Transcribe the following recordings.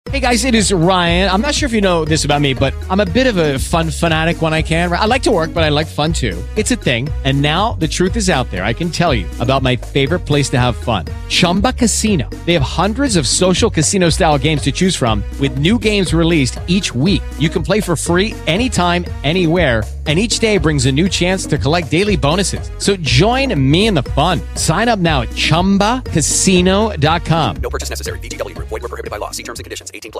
Hey guys, it is Ryan. I'm not sure if you know this about me, but I'm a bit of a fun fanatic when I can. I like to work, but I like fun too. It's a thing. And now the truth is out there. I can tell you about my favorite place to have fun. Chumba Casino. They have hundreds of social casino style games to choose from with new games released each week. You can play for free anytime, anywhere. And each day brings a new chance to collect daily bonuses. So join me in the fun. Sign up now at ChumbaCasino.com. No purchase necessary. VGW Group. Void where prohibited by law. See terms and conditions. 18+.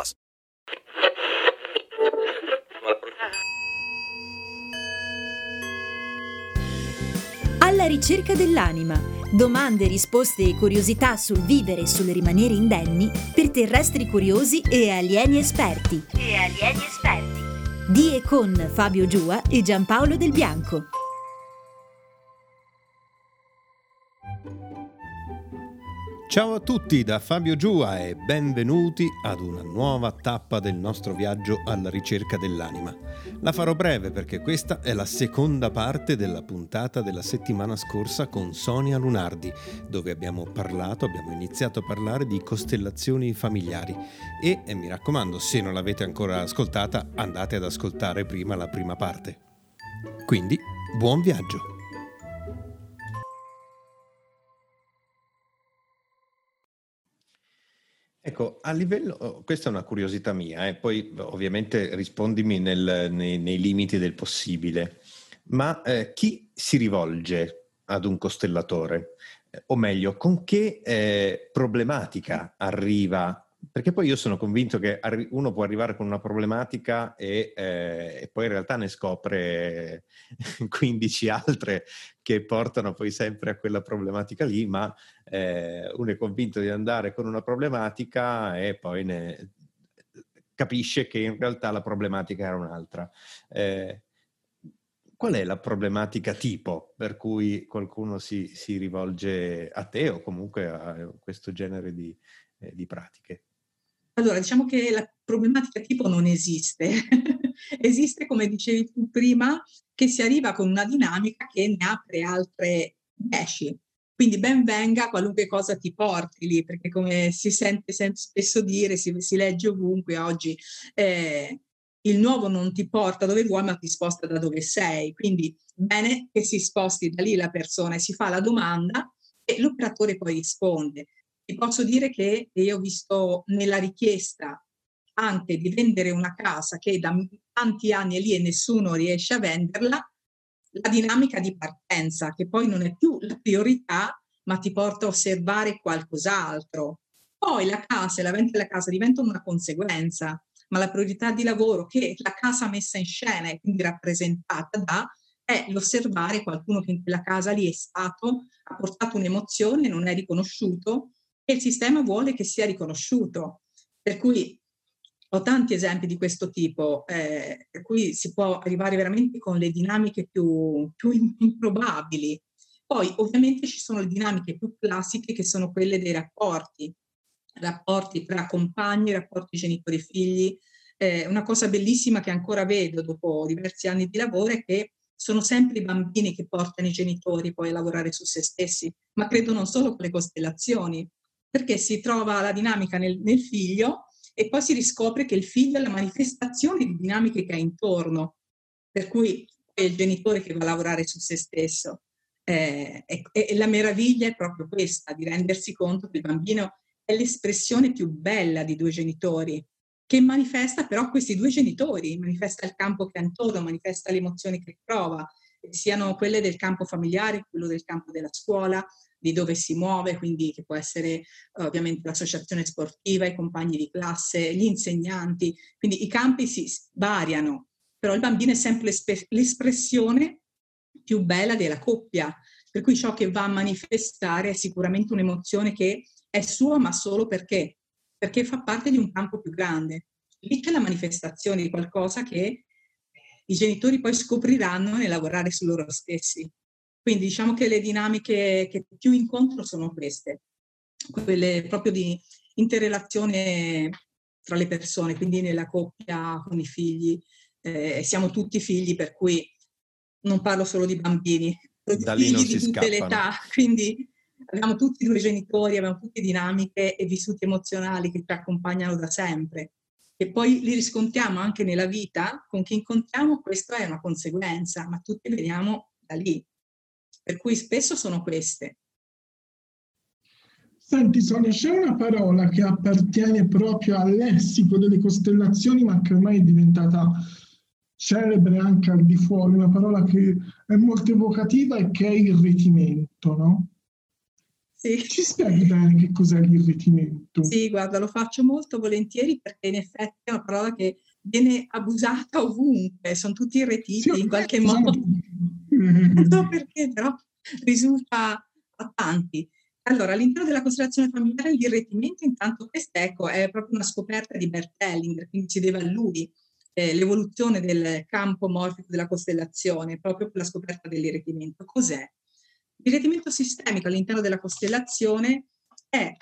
Alla ricerca dell'anima. Domande, risposte e curiosità sul vivere e sul rimanere indenni per terrestri curiosi e alieni esperti. Di e con Fabio Giua e Giampaolo Del Bianco. Ciao a tutti da Fabio Giua e benvenuti ad una nuova tappa del nostro viaggio alla ricerca dell'anima. La farò breve perché questa è la seconda parte della puntata della settimana scorsa con Sonia Lunardi, dove abbiamo iniziato a parlare di costellazioni familiari e mi raccomando, se non l'avete ancora ascoltata, andate ad ascoltare prima la prima parte. Quindi, buon viaggio! Ecco, a livello, questa è una curiosità mia, poi ovviamente rispondimi nei limiti del possibile, ma chi si rivolge ad un costellatore? O meglio, con che problematica arriva? Perché poi io sono convinto che uno può arrivare con una problematica e poi in realtà ne scopre 15 altre che portano poi sempre a quella problematica lì, ma uno è convinto di andare con una problematica e poi capisce che in realtà la problematica era un'altra. Qual è la problematica tipo per cui qualcuno si rivolge a te o comunque a questo genere di pratiche? Allora, diciamo che la problematica tipo non esiste. Esiste, come dicevi tu prima, che si arriva con una dinamica che ne apre altre 10. Quindi ben venga qualunque cosa ti porti lì, perché come si sente spesso dire, si legge ovunque oggi, il nuovo non ti porta dove vuoi, ma ti sposta da dove sei. Quindi bene che si sposti da lì la persona e si fa la domanda e l'operatore poi risponde. Ti posso dire che io ho visto nella richiesta anche di vendere una casa che da tanti anni è lì e nessuno riesce a venderla, la dinamica di partenza, che poi non è più la priorità, ma ti porta a osservare qualcos'altro. Poi la casa e la vendita della casa diventano una conseguenza, ma la priorità di lavoro che la casa messa in scena e quindi rappresentata da è l'osservare qualcuno che in quella casa lì è stato, ha portato un'emozione, non è riconosciuto, e il sistema vuole che sia riconosciuto. Per cui ho tanti esempi di questo tipo, per cui si può arrivare veramente con le dinamiche più improbabili. Poi ovviamente ci sono le dinamiche più classiche che sono quelle dei rapporti tra compagni, rapporti genitori-figli. Una cosa bellissima che ancora vedo dopo diversi anni di lavoro è che sono sempre i bambini che portano i genitori poi a lavorare su se stessi, ma credo non solo con le costellazioni, perché si trova la dinamica nel figlio e poi si riscopre che il figlio è la manifestazione di dinamiche che ha intorno, per cui è il genitore che va a lavorare su se stesso. E la meraviglia è proprio questa, di rendersi conto che il bambino è l'espressione più bella di due genitori, che manifesta però questi due genitori, manifesta il campo che ha intorno, manifesta le emozioni che prova, siano quelle del campo familiare, quello del campo della scuola, di dove si muove, quindi che può essere ovviamente l'associazione sportiva, i compagni di classe, gli insegnanti, quindi i campi si variano, però il bambino è sempre l'espressione più bella della coppia, per cui ciò che va a manifestare è sicuramente un'emozione che è sua, ma solo perché fa parte di un campo più grande. Lì c'è la manifestazione di qualcosa che i genitori poi scopriranno nel lavorare su loro stessi. Quindi diciamo che le dinamiche che più incontro sono queste, quelle proprio di interrelazione tra le persone, quindi nella coppia con i figli. Siamo tutti figli, per cui non parlo solo di bambini, parlo di Da lì non figli si di tutte le scappano. età, quindi abbiamo tutti due genitori, abbiamo tutte dinamiche e vissuti emozionali che ci accompagnano da sempre. E poi li riscontriamo anche nella vita, con chi incontriamo, questa è una conseguenza, ma tutti veniamo da lì. Per cui spesso sono queste. Senti Sonia, c'è una parola che appartiene proprio al lessico delle costellazioni, ma che ormai è diventata celebre anche al di fuori, una parola che è molto evocativa e che è irretimento, no? Sì. Ci spieghi bene che cos'è l'irretimento? Sì, guarda, lo faccio molto volentieri perché in effetti è una parola che viene abusata ovunque, sono tutti irretiti Sì, in qualche modo. Non so perché, però risulta a tanti. Allora, all'interno della costellazione familiare l'irretimento, intanto questa ecco, è proprio una scoperta di Bert Hellinger, quindi si deve a lui l'evoluzione del campo morfico della costellazione, proprio per la scoperta dell'irretimento. Cos'è? L'irretimento sistemico all'interno della costellazione è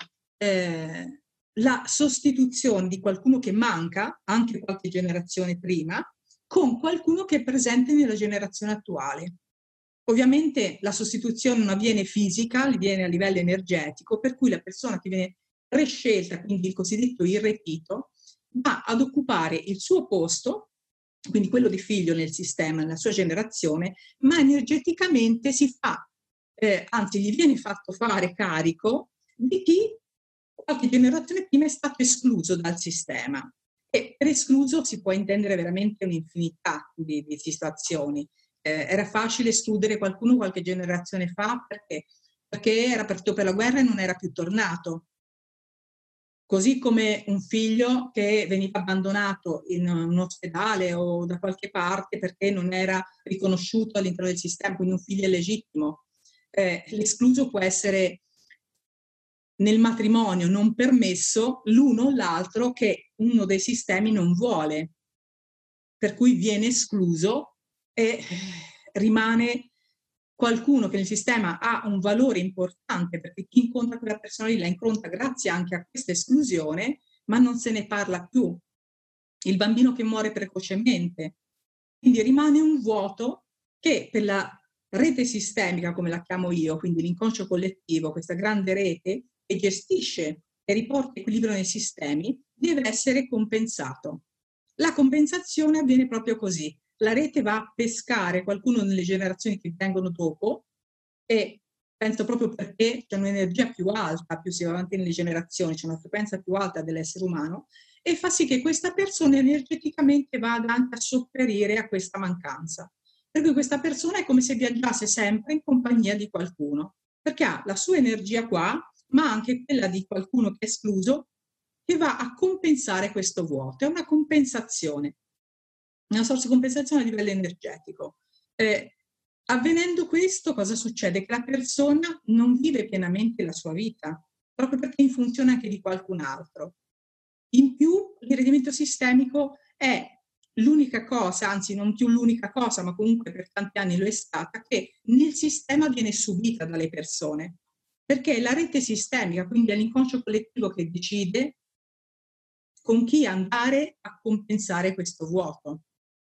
la sostituzione di qualcuno che manca, anche qualche generazione prima, con qualcuno che è presente nella generazione attuale. Ovviamente la sostituzione non avviene fisica, avviene a livello energetico, per cui la persona che viene prescelta, quindi il cosiddetto irretito, va ad occupare il suo posto, quindi quello di figlio nel sistema, nella sua generazione, ma energeticamente si fa, anzi gli viene fatto fare carico di chi qualche generazione prima è stato escluso dal sistema. E per escluso si può intendere veramente un'infinità di situazioni. Era facile escludere qualcuno qualche generazione fa perché era partito per la guerra e non era più tornato. Così come un figlio che veniva abbandonato in un ospedale o da qualche parte perché non era riconosciuto all'interno del sistema, quindi un figlio illegittimo. L'escluso può essere nel matrimonio non permesso l'uno o l'altro che uno dei sistemi non vuole, per cui viene escluso e rimane qualcuno che nel sistema ha un valore importante, perché chi incontra quella persona lì la incontra grazie anche a questa esclusione, ma non se ne parla più. Il bambino che muore precocemente. Quindi rimane un vuoto che per la rete sistemica, come la chiamo io, quindi l'inconscio collettivo, questa grande rete che gestisce e riporta equilibrio nei sistemi, deve essere compensato. La compensazione avviene proprio così. La rete va a pescare qualcuno nelle generazioni che vengono dopo e penso proprio perché c'è un'energia più alta, più si va avanti nelle generazioni, c'è una frequenza più alta dell'essere umano e fa sì che questa persona energeticamente vada anche a sopperire a questa mancanza. Per cui questa persona è come se viaggiasse sempre in compagnia di qualcuno, perché ha la sua energia qua, ma anche quella di qualcuno che è escluso, che va a compensare questo vuoto. È una compensazione. Una sorta di compensazione a livello energetico. Avvenendo questo, cosa succede? Che la persona non vive pienamente la sua vita, proprio perché è in funzione anche di qualcun altro. In più, l'irretimento sistemico è l'unica cosa, anzi non più l'unica cosa, ma comunque per tanti anni lo è stata, che nel sistema viene subita dalle persone, perché è la rete sistemica, quindi è l'inconscio collettivo che decide con chi andare a compensare questo vuoto.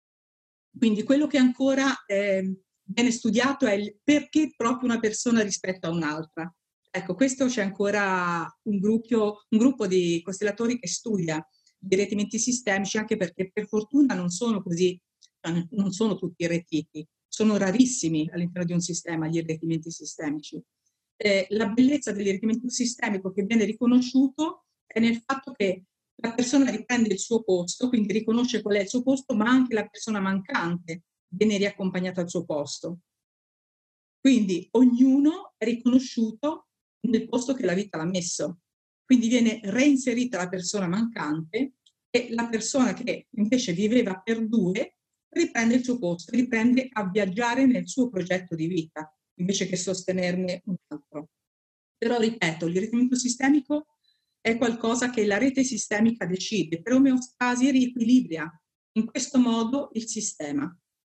Quindi quello che ancora viene studiato è il perché proprio una persona rispetto a un'altra. Ecco, questo c'è ancora un gruppo di costellatori che studia gli irretimenti sistemici, anche perché per fortuna non sono così, non sono tutti irretiti, sono rarissimi all'interno di un sistema gli irretimenti sistemici. La bellezza dell'irretimento sistemico che viene riconosciuto è nel fatto che la persona riprende il suo posto, quindi riconosce qual è il suo posto, ma anche la persona mancante viene riaccompagnata al suo posto. Quindi ognuno è riconosciuto nel posto che la vita l'ha messo. Quindi viene reinserita la persona mancante e la persona che invece viveva per due riprende il suo posto, riprende a viaggiare nel suo progetto di vita, invece che sostenerne un altro. Però ripeto, l'irritimento sistemico è qualcosa che la rete sistemica decide, per omeostasi riequilibria in questo modo il sistema.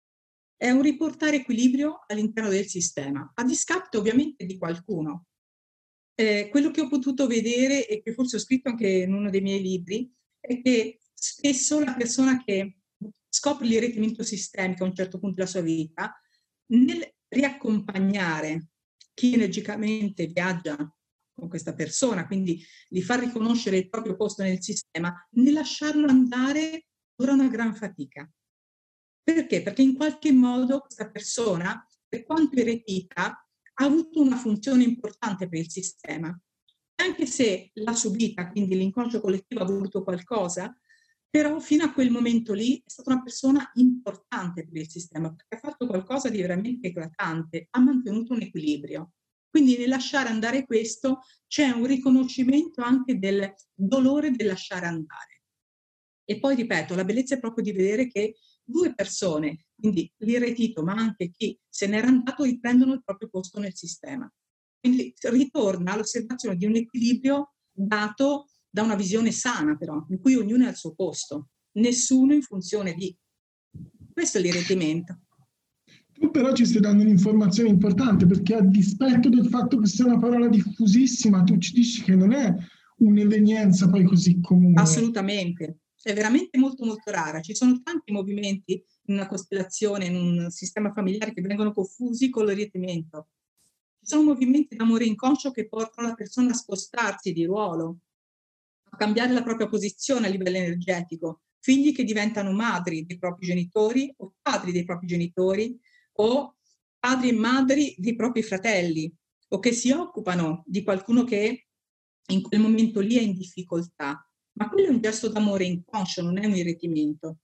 È un riportare equilibrio all'interno del sistema, a discapito ovviamente di qualcuno. Quello che ho potuto vedere e che forse ho scritto anche in uno dei miei libri è che spesso la persona che scopre l'irritimento sistemico a un certo punto della sua vita, nel riaccompagnare chi energicamente viaggia con questa persona, quindi gli fa riconoscere il proprio posto nel sistema, nel lasciarlo andare dura una gran fatica. Perché? Perché in qualche modo questa persona, per quanto eretita, ha avuto una funzione importante per il sistema. Anche se l'ha subita, quindi l'inconscio collettivo ha voluto qualcosa, però fino a quel momento lì è stata una persona importante per il sistema, perché ha fatto qualcosa di veramente eclatante, ha mantenuto un equilibrio. Quindi nel lasciare andare questo c'è un riconoscimento anche del dolore del lasciare andare. E poi, ripeto, la bellezza è proprio di vedere che due persone, quindi l'irretito ma anche chi se n'era andato, riprendono il proprio posto nel sistema. Quindi ritorna all'osservazione di un equilibrio dato da una visione sana, però, in cui ognuno è al suo posto, nessuno in funzione di. Questo è l'irretimento. Tu però ci stai dando un'informazione importante, perché a dispetto del fatto che sia una parola diffusissima, tu ci dici che non è un'evenienza poi così comune. Assolutamente, è veramente molto molto rara. Ci sono tanti movimenti in una costellazione, in un sistema familiare che vengono confusi con l'irretimento. Ci sono movimenti d'amore inconscio che portano la persona a spostarsi di ruolo, a cambiare la propria posizione a livello energetico, figli che diventano madri dei propri genitori o padri dei propri genitori o padri e madri dei propri fratelli, o che si occupano di qualcuno che in quel momento lì è in difficoltà. Ma quello è un gesto d'amore inconscio, non è un irretimento.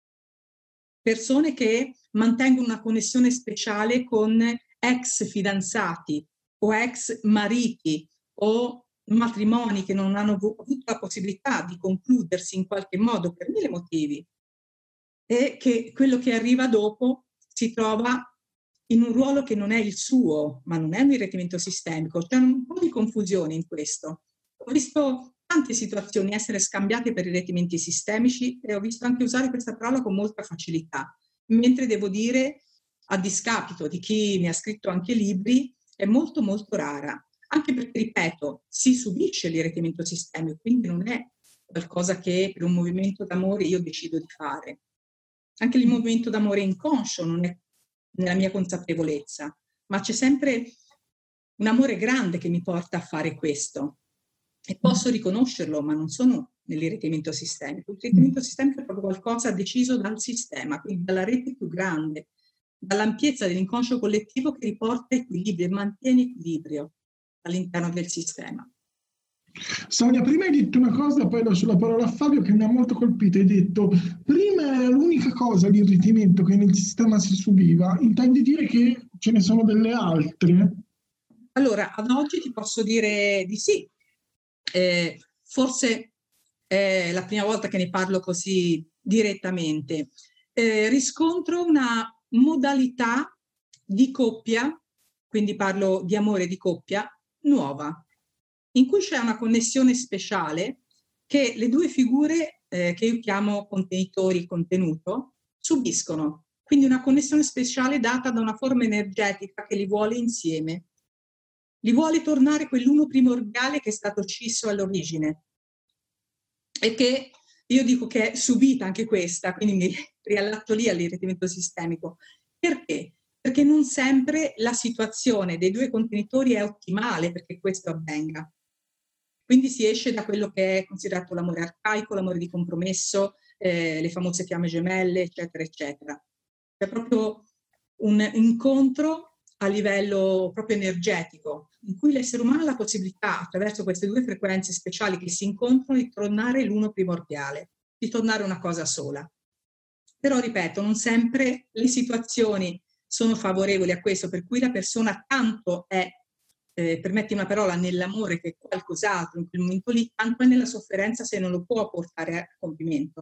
Persone che mantengono una connessione speciale con ex fidanzati o ex mariti o matrimoni che non hanno avuto la possibilità di concludersi in qualche modo per mille motivi, e che quello che arriva dopo si trova in un ruolo che non è il suo, ma non è un irretimento sistemico. C'è un po' di confusione in questo. Ho visto tante situazioni essere scambiate per irretimenti sistemici e ho visto anche usare questa parola con molta facilità, mentre devo dire, a discapito di chi mi ha scritto anche libri, è molto molto rara, anche perché, ripeto, si subisce l'irretimento sistemico, quindi non è qualcosa che per un movimento d'amore io decido di fare. Anche il movimento d'amore inconscio non è nella mia consapevolezza, ma c'è sempre un amore grande che mi porta a fare questo. E posso riconoscerlo, ma non sono nell'irritimento sistemico. Il irritimento sistemico è proprio qualcosa deciso dal sistema, quindi dalla rete più grande, dall'ampiezza dell'inconscio collettivo che riporta equilibrio e mantiene equilibrio all'interno del sistema. Sonia, prima hai detto una cosa, poi lascio la parola a Fabio, che mi ha molto colpito. Hai detto, prima era l'unica cosa l'irritimento che nel sistema si subiva, intendi dire che ce ne sono delle altre? Allora, ad oggi ti posso dire di sì. Forse è la prima volta che ne parlo così direttamente. Riscontro una modalità di coppia, quindi parlo di amore di coppia, nuova, in cui c'è una connessione speciale che le due figure che io chiamo contenitori e contenuto subiscono. Quindi una connessione speciale data da una forma energetica che li vuole insieme. Li vuole tornare quell'uno primordiale che è stato scisso all'origine e che io dico che è subita anche questa, quindi mi riallatto lì all'irritimento sistemico. Perché? Perché non sempre la situazione dei due contenitori è ottimale perché questo avvenga. Quindi si esce da quello che è considerato l'amore arcaico, l'amore di compromesso, le famose fiamme gemelle, eccetera, eccetera. È proprio un incontro a livello proprio energetico, in cui l'essere umano ha la possibilità, attraverso queste due frequenze speciali che si incontrano, di tornare l'uno primordiale, di tornare una cosa sola. Però, ripeto, non sempre le situazioni sono favorevoli a questo, per cui la persona tanto è, permetti una parola, nell'amore che è qualcos'altro in quel momento lì, tanto è nella sofferenza se non lo può portare a compimento.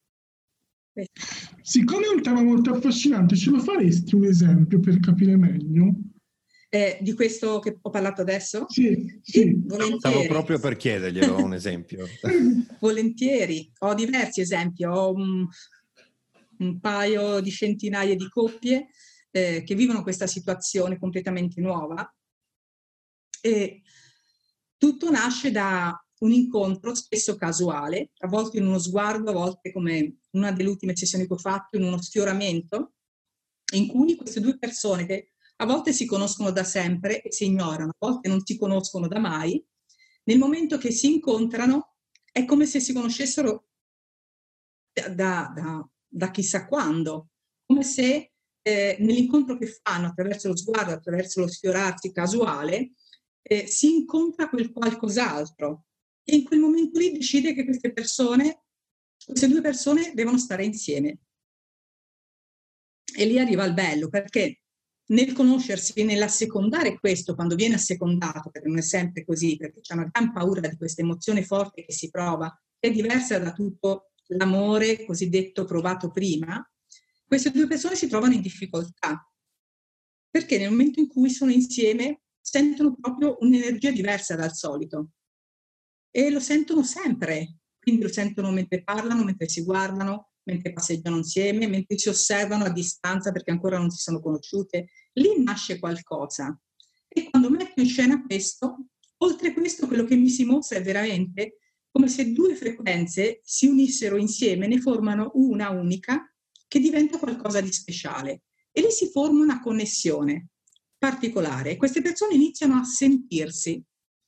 Siccome è un tema molto affascinante, ce lo faresti un esempio per capire meglio? Di questo che ho parlato adesso? Sì. Volentieri. Stavo proprio per chiederglielo un esempio. Volentieri, ho diversi esempi, ho un paio di centinaia di coppie che vivono questa situazione completamente nuova e tutto nasce da un incontro spesso casuale, a volte in uno sguardo, a volte come una delle ultime sessioni che ho fatto, in uno sfioramento, in cui queste due persone che a volte si conoscono da sempre e si ignorano, a volte non si conoscono da mai. Nel momento che si incontrano è come se si conoscessero da chissà quando, come se nell'incontro che fanno attraverso lo sguardo, attraverso lo sfiorarsi casuale, si incontra quel qualcos'altro e in quel momento lì decide che queste due persone devono stare insieme. E lì arriva il bello, perché nel conoscersi, nell'assecondare questo, quando viene assecondato, perché non è sempre così, perché c'è una gran paura di questa emozione forte che si prova, che è diversa da tutto l'amore cosiddetto provato prima, queste due persone si trovano in difficoltà, perché nel momento in cui sono insieme sentono proprio un'energia diversa dal solito e lo sentono sempre, quindi lo sentono mentre parlano, mentre si guardano, mentre passeggiano insieme, mentre si osservano a distanza perché ancora non si sono conosciute. Lì nasce qualcosa e quando metto in scena questo, oltre questo quello che mi si mostra è veramente come se due frequenze si unissero insieme, ne formano una unica che diventa qualcosa di speciale e lì si forma una connessione particolare. Queste persone iniziano a sentirsi,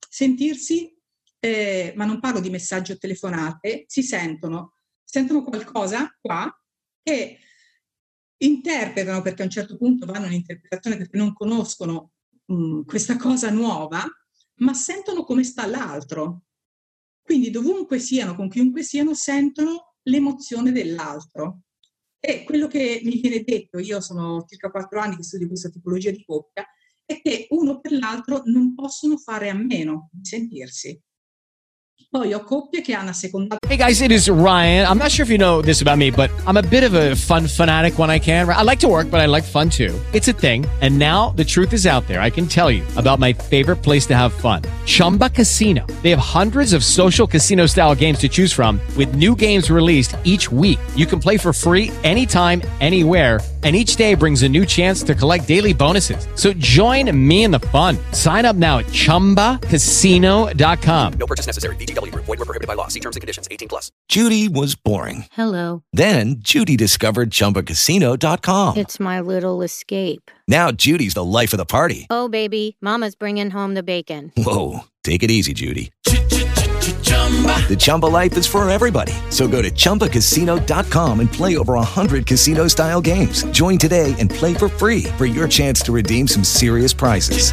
ma non parlo di messaggi o telefonate, si sentono qualcosa qua e interpretano, perché a un certo punto vanno in interpretazione perché non conoscono questa cosa nuova, ma sentono come sta l'altro. Quindi dovunque siano, con chiunque siano, sentono l'emozione dell'altro. E quello che mi viene detto, io sono circa 4 anni che studio questa tipologia di coppia, è che uno per l'altro non possono fare a meno di sentirsi. Poi ho coppie che hanno assecondato. Hey guys, it is Ryan. I'm not sure if you know this about me, but I'm a bit of a fun fanatic when I can. I like to work, but I like fun too. It's a thing. And now the truth is out there. I can tell you about my favorite place to have fun. Chumba Casino. They have hundreds of social casino style games to choose from with new games released each week. You can play for free anytime, anywhere. And each day brings a new chance to collect daily bonuses. So join me in the fun. Sign up now at ChumbaCasino.com. No purchase necessary. VGW Group. Void where prohibited by law. See terms and conditions. 18+. Judy was boring. Hello. Then Judy discovered ChumbaCasino.com. It's my little escape. Now Judy's the life of the party. Oh, baby, mama's bringing home the bacon. Whoa, take it easy, Judy. The Chumba life is for everybody. So go to ChumbaCasino.com and play over 100 casino-style games. Join today and play for free for your chance to redeem some serious prizes.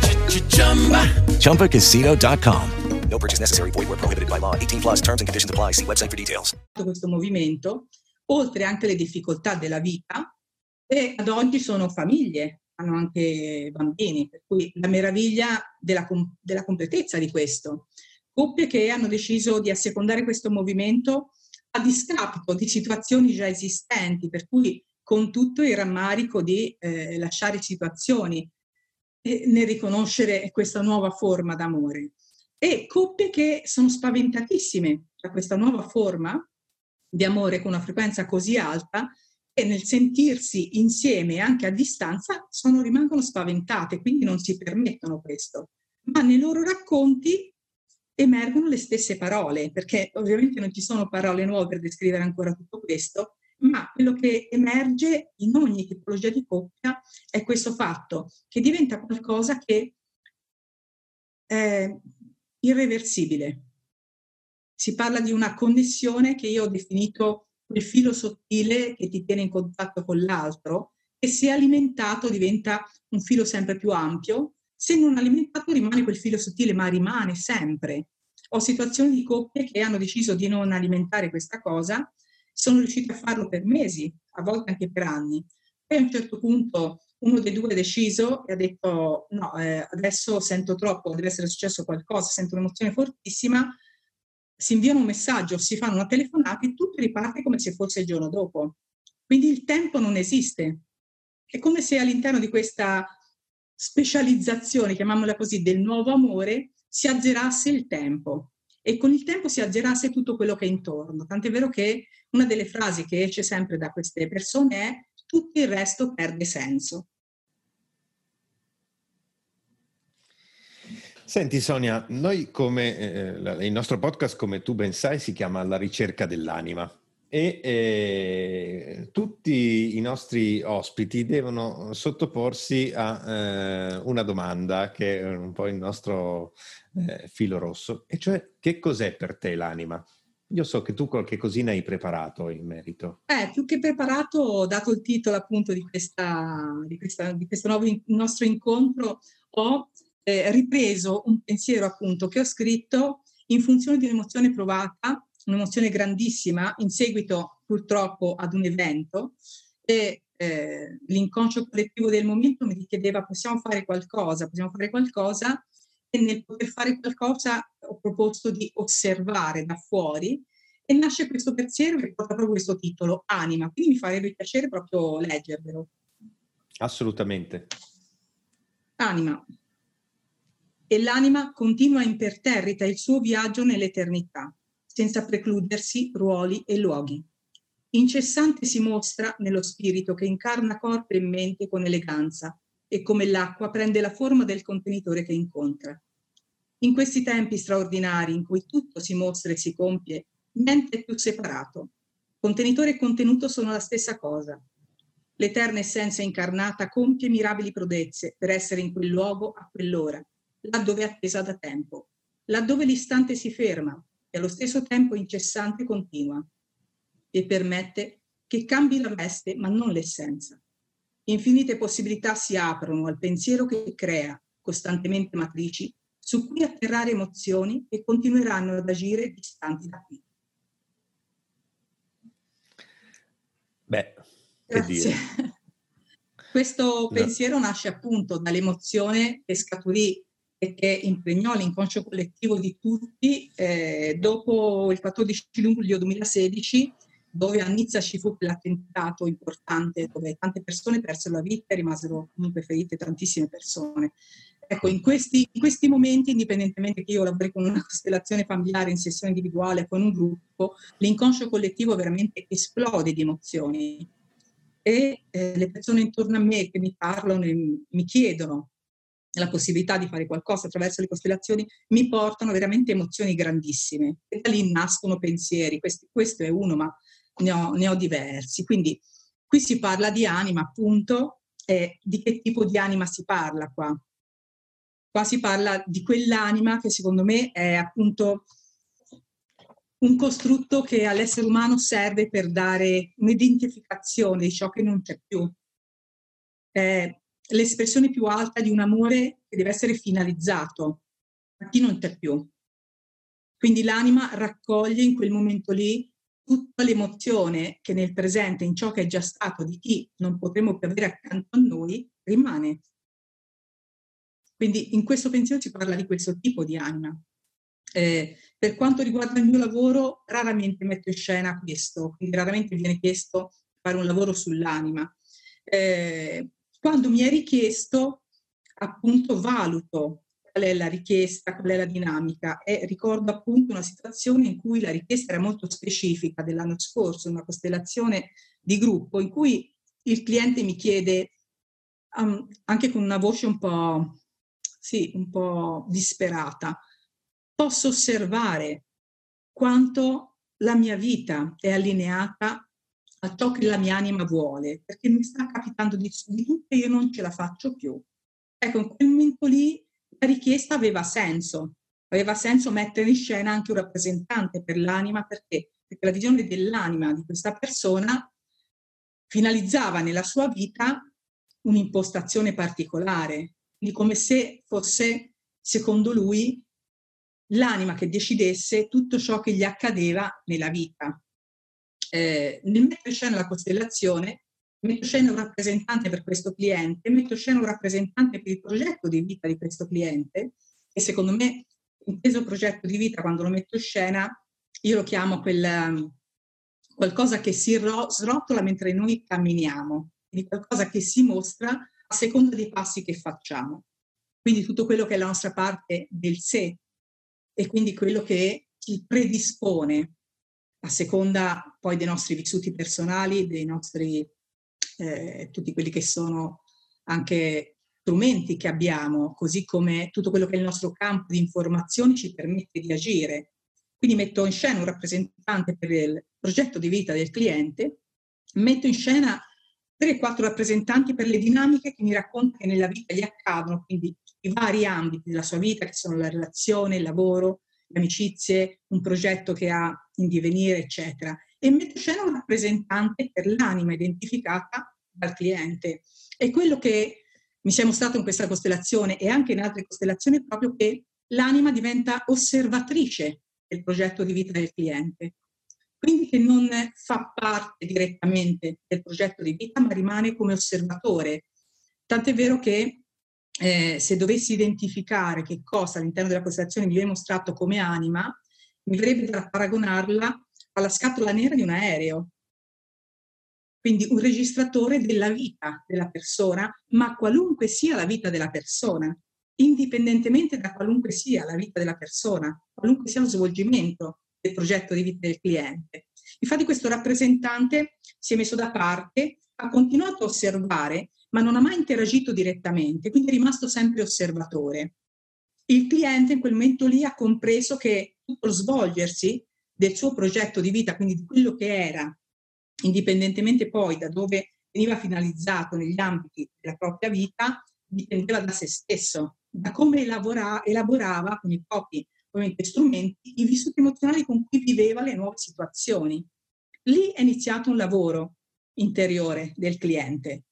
ChumbaCasino.com. No purchase necessary. Void where prohibited by law. 18+. Terms and conditions apply. See website for details. Questo movimento, oltre anche le difficoltà della vita, e ad oggi sono famiglie, hanno anche bambini, per cui la meraviglia della completezza di questo. Coppie che hanno deciso di assecondare questo movimento a discapito di situazioni già esistenti, per cui con tutto il rammarico di lasciare situazioni e nel riconoscere questa nuova forma d'amore. E coppie che sono spaventatissime da questa nuova forma di amore con una frequenza così alta e nel sentirsi insieme anche a distanza rimangono spaventate, quindi non si permettono questo. Ma nei loro racconti emergono le stesse parole, perché ovviamente non ci sono parole nuove per descrivere ancora tutto questo, ma quello che emerge in ogni tipologia di coppia è questo fatto, che diventa qualcosa che è irreversibile. Si parla di una connessione che io ho definito quel filo sottile che ti tiene in contatto con l'altro e se alimentato diventa un filo sempre più ampio. Se non alimentato rimane quel filo sottile, ma rimane sempre. Ho situazioni di coppie che hanno deciso di non alimentare questa cosa, sono riusciti a farlo per mesi, a volte anche per anni. Poi a un certo punto uno dei due ha deciso e ha detto no, adesso sento troppo, deve essere successo qualcosa, sento un'emozione fortissima, si inviano un messaggio, si fanno una telefonata e tutto riparte come se fosse il giorno dopo. Quindi il tempo non esiste. È come se all'interno di questa specializzazione, chiamiamola così, del nuovo amore, si azzerasse il tempo e con il tempo si azzerasse tutto quello che è intorno. Tant'è vero che una delle frasi che esce sempre da queste persone è tutto il resto perde senso. Senti Sonia, noi come il nostro podcast, come tu ben sai, si chiama La ricerca dell'anima. e tutti i nostri ospiti devono sottoporsi a una domanda che è un po' il nostro filo rosso, e cioè: che cos'è per te l'anima? Io so che tu qualche cosina hai preparato in merito. Più che preparato, dato il titolo appunto di questo nuovo nostro incontro, ho ripreso un pensiero appunto che ho scritto in funzione di un'emozione provata, un'emozione grandissima, in seguito purtroppo ad un evento, e l'inconscio collettivo del momento mi richiedeva: possiamo fare qualcosa, e nel poter fare qualcosa ho proposto di osservare da fuori, e nasce questo pensiero che porta proprio questo titolo, Anima, quindi mi farebbe piacere proprio leggervelo. Assolutamente. Anima. E l'anima continua imperterrita il suo viaggio nell'eternità, senza precludersi ruoli e luoghi. Incessante si mostra nello spirito che incarna corpo e mente con eleganza, e come l'acqua prende la forma del contenitore che incontra. In questi tempi straordinari in cui tutto si mostra e si compie, niente è più separato. Contenitore e contenuto sono la stessa cosa. L'eterna essenza incarnata compie mirabili prodezze per essere in quel luogo a quell'ora, laddove è attesa da tempo, laddove l'istante si ferma e allo stesso tempo incessante continua, e permette che cambi la veste ma non l'essenza. Infinite possibilità si aprono al pensiero che crea, costantemente matrici, su cui atterrare emozioni che continueranno ad agire distanti da qui. Beh, grazie. Che dire. Questo pensiero nasce appunto dall'emozione che scaturì e che impregnò l'inconscio collettivo di tutti dopo il 14 luglio 2016, dove a Nizza ci fu quell'attentato importante dove tante persone persero la vita e rimasero comunque ferite tantissime persone. Ecco, in questi momenti, indipendentemente che io lavori con una costellazione familiare, in sessione individuale, con un gruppo, l'inconscio collettivo veramente esplode di emozioni, e le persone intorno a me che mi parlano e mi chiedono la possibilità di fare qualcosa attraverso le costellazioni, mi portano veramente emozioni grandissime, e da lì nascono pensieri. Questo è uno, ma ne ho diversi. Quindi qui si parla di anima, appunto, e di che tipo di anima si parla qua? Qua si parla di quell'anima che secondo me è appunto un costrutto che all'essere umano serve per dare un'identificazione di ciò che non c'è più. È l'espressione più alta di un amore che deve essere finalizzato a chi non c'è più. Quindi l'anima raccoglie in quel momento lì tutta l'emozione che nel presente, in ciò che è già stato, di chi non potremo più avere accanto a noi, rimane. Quindi in questo pensiero si parla di questo tipo di anima. Per quanto riguarda il mio lavoro, raramente metto in scena questo, quindi raramente viene chiesto fare un lavoro sull'anima. Quando mi è richiesto, appunto, valuto qual è la richiesta, qual è la dinamica, e ricordo appunto una situazione in cui la richiesta era molto specifica dell'anno scorso, una costellazione di gruppo in cui il cliente mi chiede, anche con una voce un po' disperata: posso osservare quanto la mia vita è allineata a ciò che la mia anima vuole, perché mi sta capitando di tutto e io non ce la faccio più. Ecco, in quel momento lì la richiesta aveva senso mettere in scena anche un rappresentante per l'anima, perché la visione dell'anima di questa persona finalizzava nella sua vita un'impostazione particolare, quindi come se fosse, secondo lui, l'anima che decidesse tutto ciò che gli accadeva nella vita. Nel mettere in scena la costellazione, metto in scena un rappresentante per questo cliente, metto in scena un rappresentante per il progetto di vita di questo cliente, e secondo me, inteso progetto di vita, quando lo metto in scena, io lo chiamo qualcosa che si srotola mentre noi camminiamo, quindi qualcosa che si mostra a seconda dei passi che facciamo. Quindi tutto quello che è la nostra parte del sé, e quindi quello che ci predispone a seconda poi dei nostri vissuti personali, dei nostri tutti quelli che sono anche strumenti che abbiamo, così come tutto quello che è il nostro campo di informazioni ci permette di agire. Quindi metto in scena un rappresentante per progetto di vita del cliente, metto in scena 3-4 rappresentanti per le dinamiche che mi racconta che nella vita gli accadono, quindi i vari ambiti della sua vita, che sono la relazione, il lavoro, le amicizie, un progetto che ha in divenire, eccetera. E metto in scena un rappresentante per l'anima identificata dal cliente. E quello che mi sia mostrato in questa costellazione e anche in altre costellazioni è proprio che l'anima diventa osservatrice del progetto di vita del cliente. Quindi che non fa parte direttamente del progetto di vita, ma rimane come osservatore. Tant'è vero che se dovessi identificare che cosa all'interno della costellazione mi viene mostrato come anima, mi verrebbe da paragonarla alla scatola nera di un aereo. Quindi un registratore della vita della persona, ma qualunque sia la vita della persona, indipendentemente da qualunque sia la vita della persona, qualunque sia lo svolgimento del progetto di vita del cliente. Infatti questo rappresentante si è messo da parte, ha continuato a osservare, ma non ha mai interagito direttamente, quindi è rimasto sempre osservatore. Il cliente in quel momento lì ha compreso che tutto lo svolgersi del suo progetto di vita, quindi di quello che era, indipendentemente poi da dove veniva finalizzato negli ambiti della propria vita, dipendeva da se stesso, da come elaborava con i propri ovviamente strumenti i vissuti emozionali con cui viveva le nuove situazioni. Lì è iniziato un lavoro interiore del cliente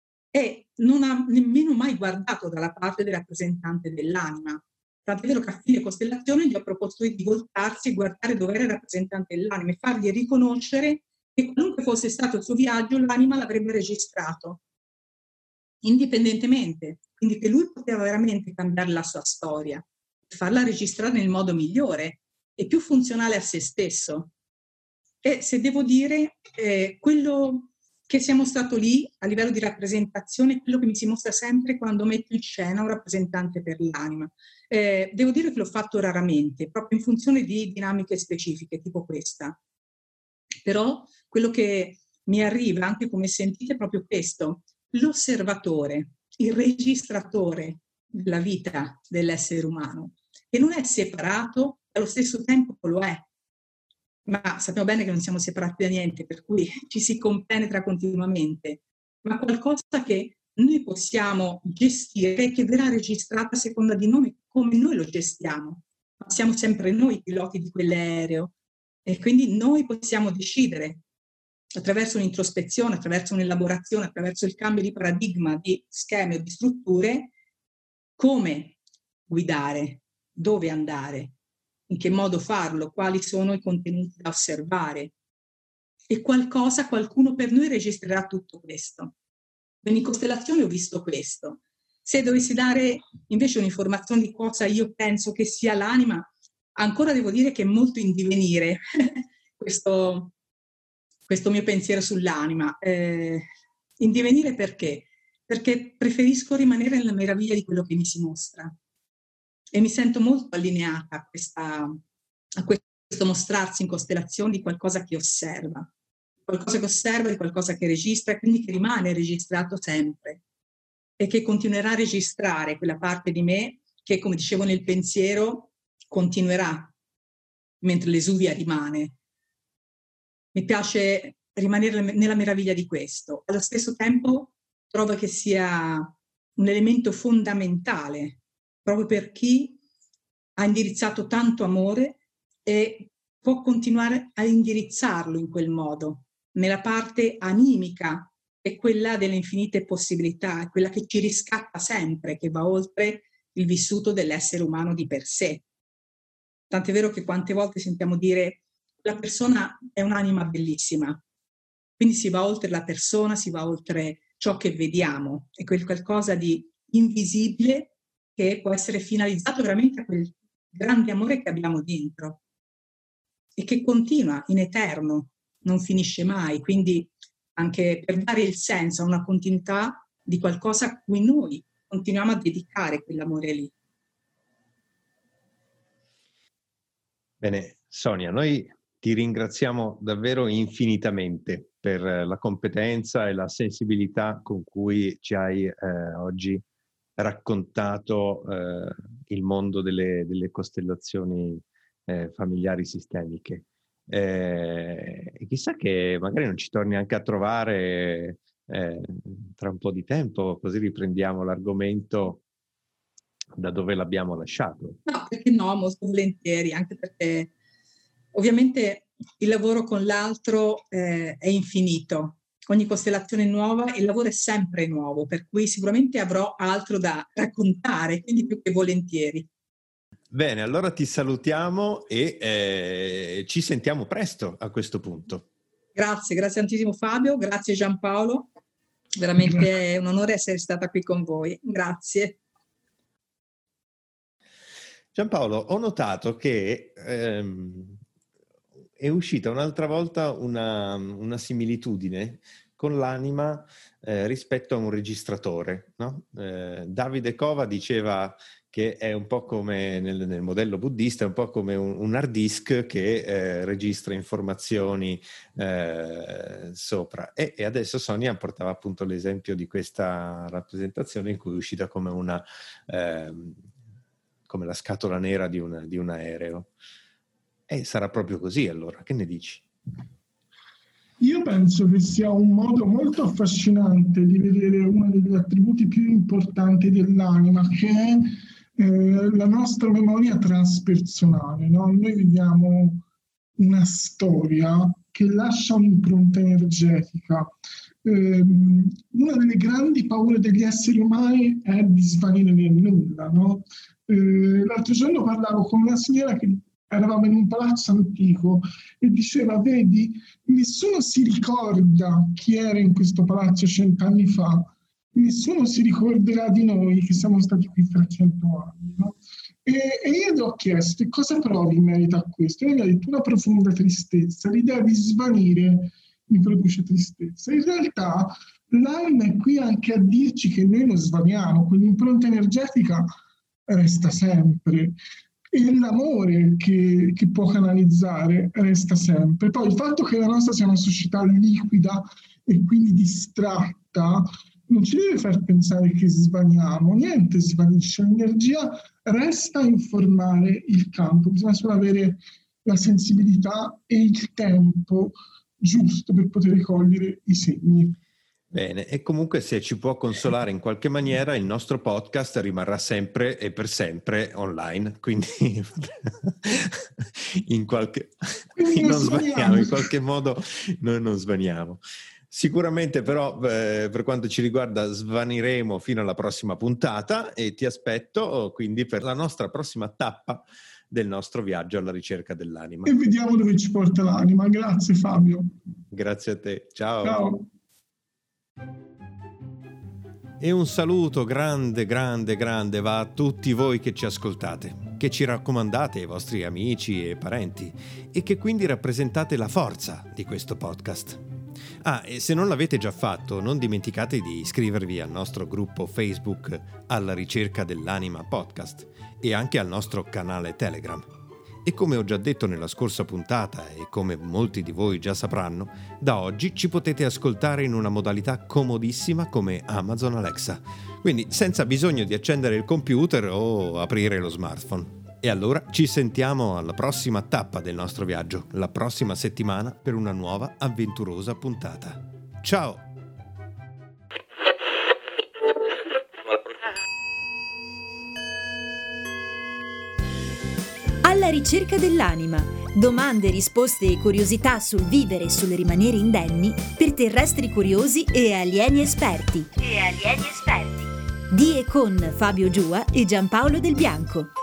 e non ha nemmeno mai guardato dalla parte del rappresentante dell'anima. Tant'è vero che a fine costellazione gli ho proposto di voltarsi e guardare dove era il rappresentante dell'anima e fargli riconoscere che qualunque fosse stato il suo viaggio, l'anima l'avrebbe registrato, indipendentemente. Quindi che lui poteva veramente cambiare la sua storia, farla registrare nel modo migliore e più funzionale a se stesso. E se devo dire, quello che si è mostrato lì a livello di rappresentazione è quello che mi si mostra sempre quando metto in scena un rappresentante per l'anima. Devo dire che l'ho fatto raramente, proprio in funzione di dinamiche specifiche, tipo questa. Però quello che mi arriva, anche come sentite, è proprio questo: l'osservatore, il registratore della vita dell'essere umano, che non è separato, allo stesso tempo lo è. Ma sappiamo bene che non siamo separati da niente, per cui ci si compenetra continuamente, ma qualcosa che noi possiamo gestire, che verrà registrata a seconda di noi, come noi lo gestiamo. Ma siamo sempre noi i piloti di quell'aereo e quindi noi possiamo decidere, attraverso un'introspezione, attraverso un'elaborazione, attraverso il cambio di paradigma, di schemi o di strutture, come guidare, dove andare, in che modo farlo, quali sono i contenuti da osservare. E qualcuno per noi registrerà tutto questo. In costellazione ho visto questo. Se dovessi dare invece un'informazione di cosa io penso che sia l'anima, ancora devo dire che è molto in divenire questo mio pensiero sull'anima. In divenire perché? Perché preferisco rimanere nella meraviglia di quello che mi si mostra. E mi sento molto allineata a questo mostrarsi in costellazione di qualcosa che osserva, di qualcosa che registra e quindi che rimane registrato sempre e che continuerà a registrare quella parte di me che, come dicevo nel pensiero, continuerà mentre l'esuvia rimane. Mi piace rimanere nella meraviglia di questo. Allo stesso tempo trovo che sia un elemento fondamentale proprio per chi ha indirizzato tanto amore e può continuare a indirizzarlo in quel modo, nella parte animica, è quella delle infinite possibilità, è quella che ci riscatta sempre, che va oltre il vissuto dell'essere umano di per sé. Tant'è vero che quante volte sentiamo dire la persona è un'anima bellissima, quindi si va oltre la persona, si va oltre ciò che vediamo, è quel qualcosa di invisibile che può essere finalizzato veramente a quel grande amore che abbiamo dentro e che continua in eterno, non finisce mai, quindi anche per dare il senso a una continuità di qualcosa a cui noi continuiamo a dedicare quell'amore lì. Bene, Sonia, noi ti ringraziamo davvero infinitamente per la competenza e la sensibilità con cui ci hai oggi raccontato il mondo delle costellazioni familiari sistemiche. Chissà che magari non ci torni anche a trovare tra un po' di tempo, così riprendiamo l'argomento da dove l'abbiamo lasciato. No, perché no, molto volentieri, anche perché ovviamente il lavoro con l'altro è infinito. Ogni costellazione è nuova e il lavoro è sempre nuovo, per cui sicuramente avrò altro da raccontare, quindi più che volentieri. Bene, allora ti salutiamo e ci sentiamo presto a questo punto. Grazie tantissimo Fabio, grazie Giampaolo, veramente è un onore essere stata qui con voi, grazie. Giampaolo, ho notato che è uscita un'altra volta una similitudine con l'anima rispetto a un registratore, no? Davide Cova diceva che è un po' come nel modello buddista, è un po' come un hard disk che registra informazioni sopra. E adesso Sonia portava appunto l'esempio di questa rappresentazione in cui è uscita come come la scatola nera di un aereo. E sarà proprio così, allora, che ne dici? Io penso che sia un modo molto affascinante di vedere uno degli attributi più importanti dell'anima, che è la nostra memoria transpersonale, no? Noi viviamo una storia che lascia un'impronta energetica. Una delle grandi paure degli esseri umani è di svanire nel nulla, no? L'altro giorno parlavo con una signora che eravamo in un palazzo antico e diceva: vedi, nessuno si ricorda chi era in questo palazzo 100 anni fa, nessuno si ricorderà di noi che siamo stati qui 300 anni, no? E io le ho chiesto: cosa provi in merito a questo? E lei mi ha detto: una profonda tristezza, l'idea di svanire mi produce tristezza. In realtà l'anima è qui anche a dirci che noi non svaniamo, quell'impronta energetica resta sempre. E l'amore che può canalizzare resta sempre. Poi il fatto che la nostra sia una società liquida e quindi distratta non ci deve far pensare che svaniamo, niente svanisce, l'energia resta a informare il campo, bisogna solo avere la sensibilità e il tempo giusto per poter cogliere i segni. Bene, e comunque se ci può consolare in qualche maniera, il nostro podcast rimarrà sempre e per sempre online, quindi in qualche modo noi non svaniamo. Sicuramente però per quanto ci riguarda svaniremo fino alla prossima puntata e ti aspetto quindi per la nostra prossima tappa del nostro viaggio alla ricerca dell'anima. E vediamo dove ci porta l'anima. Grazie Fabio. Grazie a te. Ciao. Ciao. E un saluto grande va a tutti voi che ci ascoltate, che ci raccomandate ai vostri amici e parenti e che quindi rappresentate la forza di questo podcast. E se non l'avete già fatto, non dimenticate di iscrivervi al nostro gruppo Facebook Alla ricerca dell'anima podcast e anche al nostro canale Telegram. E come ho già detto nella scorsa puntata e come molti di voi già sapranno, da oggi ci potete ascoltare in una modalità comodissima come Amazon Alexa, quindi senza bisogno di accendere il computer o aprire lo smartphone. E allora ci sentiamo alla prossima tappa del nostro viaggio, la prossima settimana per una nuova avventurosa puntata. Ciao! Alla ricerca dell'anima. Domande, risposte e curiosità sul vivere e sul rimanere indenni per terrestri curiosi e alieni esperti. Di e con Fabio Giua e Giampaolo Del Bianco.